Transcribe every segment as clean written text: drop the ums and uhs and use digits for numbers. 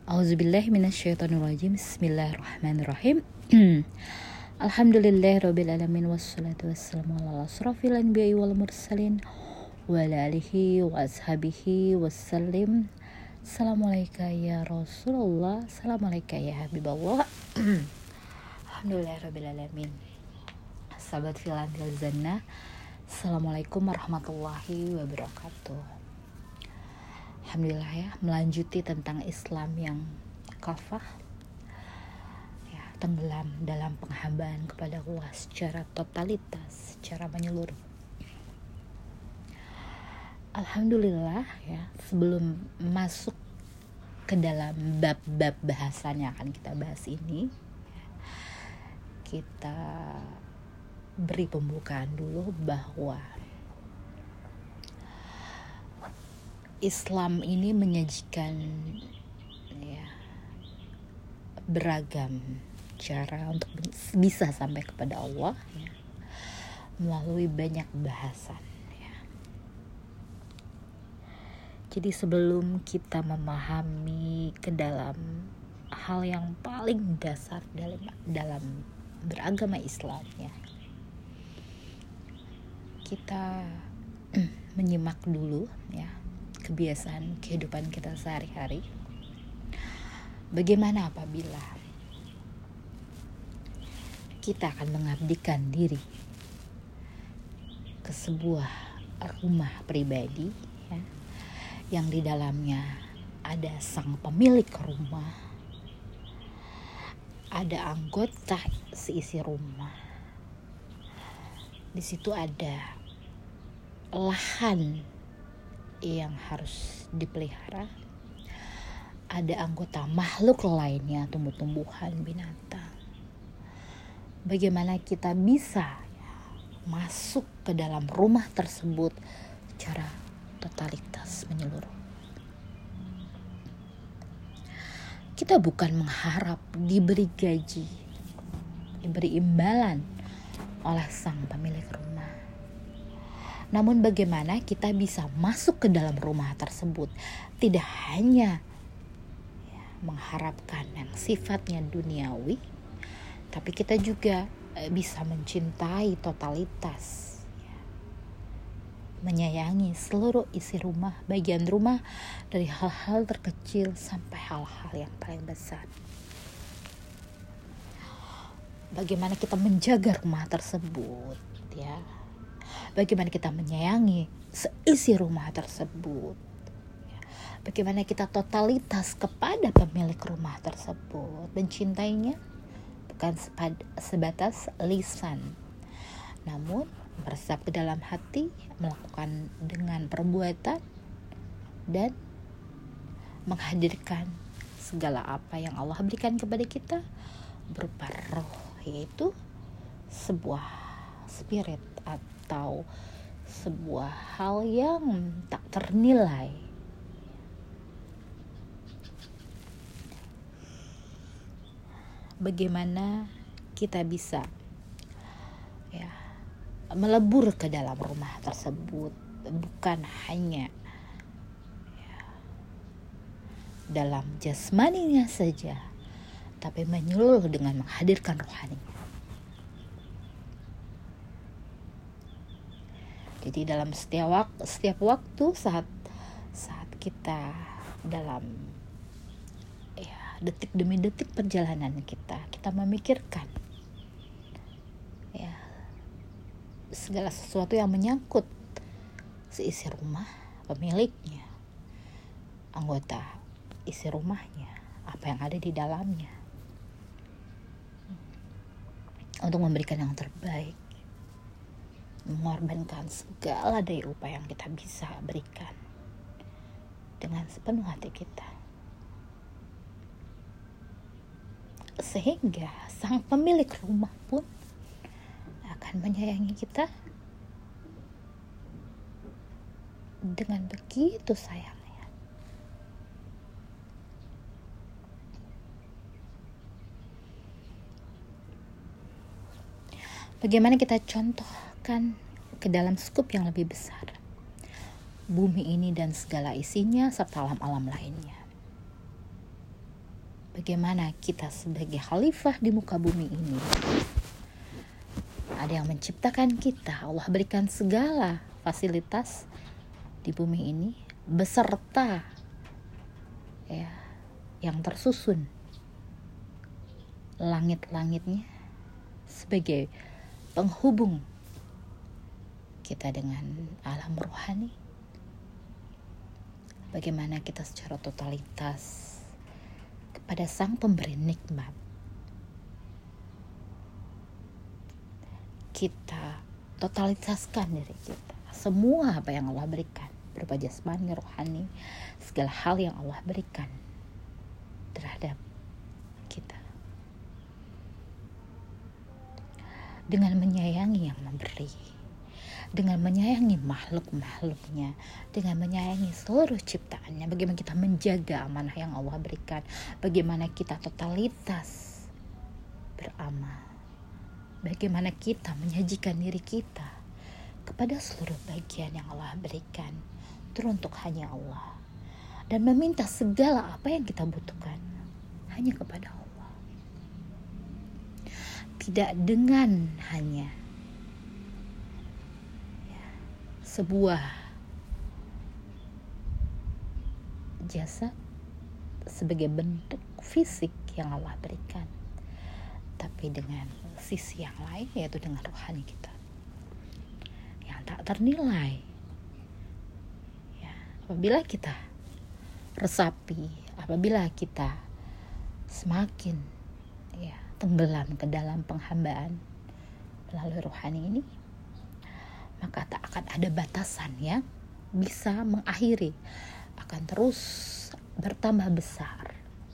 Auzubillahi minasyaitonirrajim. Bismillahirrahmanirrahim. Alhamdulillahirabbil alamin wassalatu wassalamu ala asrofil anbiya'i wal mursalin wa ala alihi wa ashabihi wassalim. Assalamualaikum ya Rasulullah, assalamualaikum ya Habiballah. Alhamdulillahirabbil alamin. Sahabat filantil jannah, assalamualaikum warahmatullahi wabarakatuh. Alhamdulillah ya, melanjuti tentang Islam yang kafah ya, tenggelam dalam penghambaan kepada Allah secara totalitas, secara menyeluruh. Alhamdulillah ya, sebelum masuk ke dalam bab-bab bahasan yang akan kita bahas ini, kita beri pembukaan dulu bahwa Islam ini menyajikan ya, beragam cara untuk bisa sampai kepada Allah ya, melalui banyak bahasan ya. Jadi sebelum kita memahami ke dalam hal yang paling dasar dalam beragama Islam ya, kita menyimak dulu ya kebiasaan kehidupan kita sehari-hari. Bagaimana apabila kita akan mengabdikan diri ke sebuah rumah pribadi ya, yang di dalamnya ada sang pemilik rumah, ada anggota seisi rumah, di situ ada lahan yang harus dipelihara, ada anggota makhluk lainnya, tumbuh-tumbuhan, binatang. Bagaimana kita bisa masuk ke dalam rumah tersebut secara totalitas menyeluruh. Kita bukan mengharap diberi gaji, diberi imbalan oleh sang pemilik rumah. Namun bagaimana kita bisa masuk ke dalam rumah tersebut, tidak hanya ya, mengharapkan yang sifatnya duniawi, tapi kita juga bisa mencintai totalitas ya, menyayangi seluruh isi rumah, bagian rumah, dari hal-hal terkecil sampai hal-hal yang paling besar. Bagaimana kita menjaga rumah tersebut ya, bagaimana kita menyayangi seisi rumah tersebut, bagaimana kita totalitas kepada pemilik rumah tersebut, mencintainya bukan sebatas lisan, namun meresap ke dalam hati, melakukan dengan perbuatan, dan menghadirkan segala apa yang Allah berikan kepada kita berupa roh, yaitu sebuah spirit atau sebuah hal yang tak ternilai. Bagaimana kita bisa ya, melebur ke dalam rumah tersebut, bukan hanya ya, dalam jasmaninya saja, tapi menyeluruh dengan menghadirkan rohaninya. Jadi dalam setiap waktu saat kita dalam ya, detik demi detik perjalanan kita memikirkan ya, segala sesuatu yang menyangkut seisi rumah, pemiliknya, anggota isi rumahnya, apa yang ada di dalamnya, untuk memberikan yang terbaik, mengorbankan segala daya upaya yang kita bisa berikan dengan sepenuh hati kita, sehingga sang pemilik rumah pun akan menyayangi kita dengan begitu sayangnya. Bagaimana kita contohkan ke dalam skup yang lebih besar, bumi ini dan segala isinya serta alam-alam lainnya. bagaimana kita sebagai khalifah di muka bumi ini. Ada yang menciptakan kita, Allah berikan segala fasilitas di bumi ini beserta ya yang tersusun langit-langitnya sebagai penghubung kita dengan alam rohani. Bagaimana kita secara totalitas kepada Sang Pemberi nikmat kita totalitaskan diri kita, semua apa yang Allah berikan berupa jasmani, rohani, segala hal yang Allah berikan terhadap kita, dengan menyayangi yang memberi, dengan menyayangi makhluk-makhluknya, dengan menyayangi seluruh ciptaannya. Bagaimana kita menjaga amanah yang Allah berikan, bagaimana kita totalitas beramal, bagaimana kita menyajikan diri kita kepada seluruh bagian yang Allah berikan teruntuk hanya Allah, dan meminta segala apa yang kita butuhkan hanya kepada Allah, tidak dengan hanya sebuah jasa sebagai bentuk fisik yang Allah berikan, tapi dengan sisi yang lain, yaitu dengan rohani kita yang tak ternilai. Ya, apabila kita resapi, apabila kita semakin tenggelam ke dalam penghambaan melalui rohani ini, maka tak akan ada batasan yang bisa mengakhiri, akan terus bertambah besar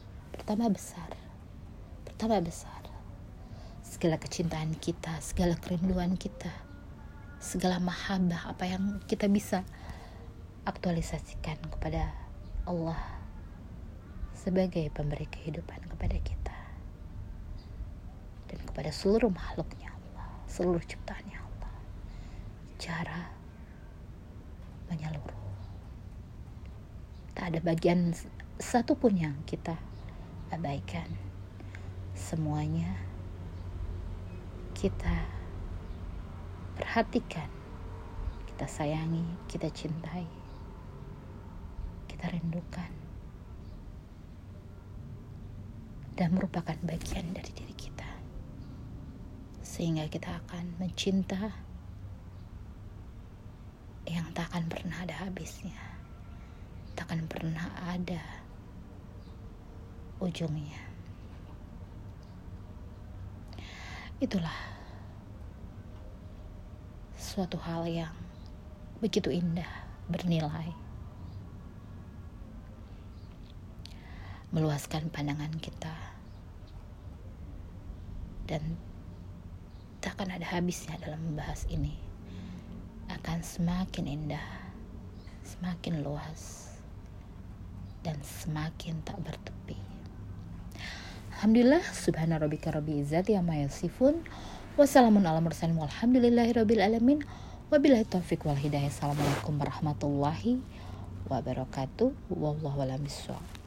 segala kecintaan kita, segala kerinduan kita, segala mahabbah apa yang kita bisa aktualisasikan kepada Allah sebagai pemberi kehidupan kepada kita dan kepada seluruh makhluknya Allah, seluruh ciptaannya Allah. Cara menyeluruh, tak ada bagian satupun yang kita abaikan, semuanya kita perhatikan, kita sayangi, kita cintai, kita rindukan, dan merupakan bagian dari diri kita, sehingga kita akan mencinta yang tak akan pernah ada habisnya, tak akan pernah ada ujungnya. Itulah suatu hal yang begitu indah, bernilai, meluaskan pandangan kita, dan tak akan ada habisnya dalam membahas ini. Akan semakin indah, semakin luas, dan semakin tak bertepi. Alhamdulillah, subhana rabbika rabbil izzati amma yasifun, wassalamun ala mursalin walhamdulillahi rabbil alamin, wabillahi taufiq wal hidayah. Assalamualaikum warahmatullahi wabarakatuh. Wallahu a'lam bishawab.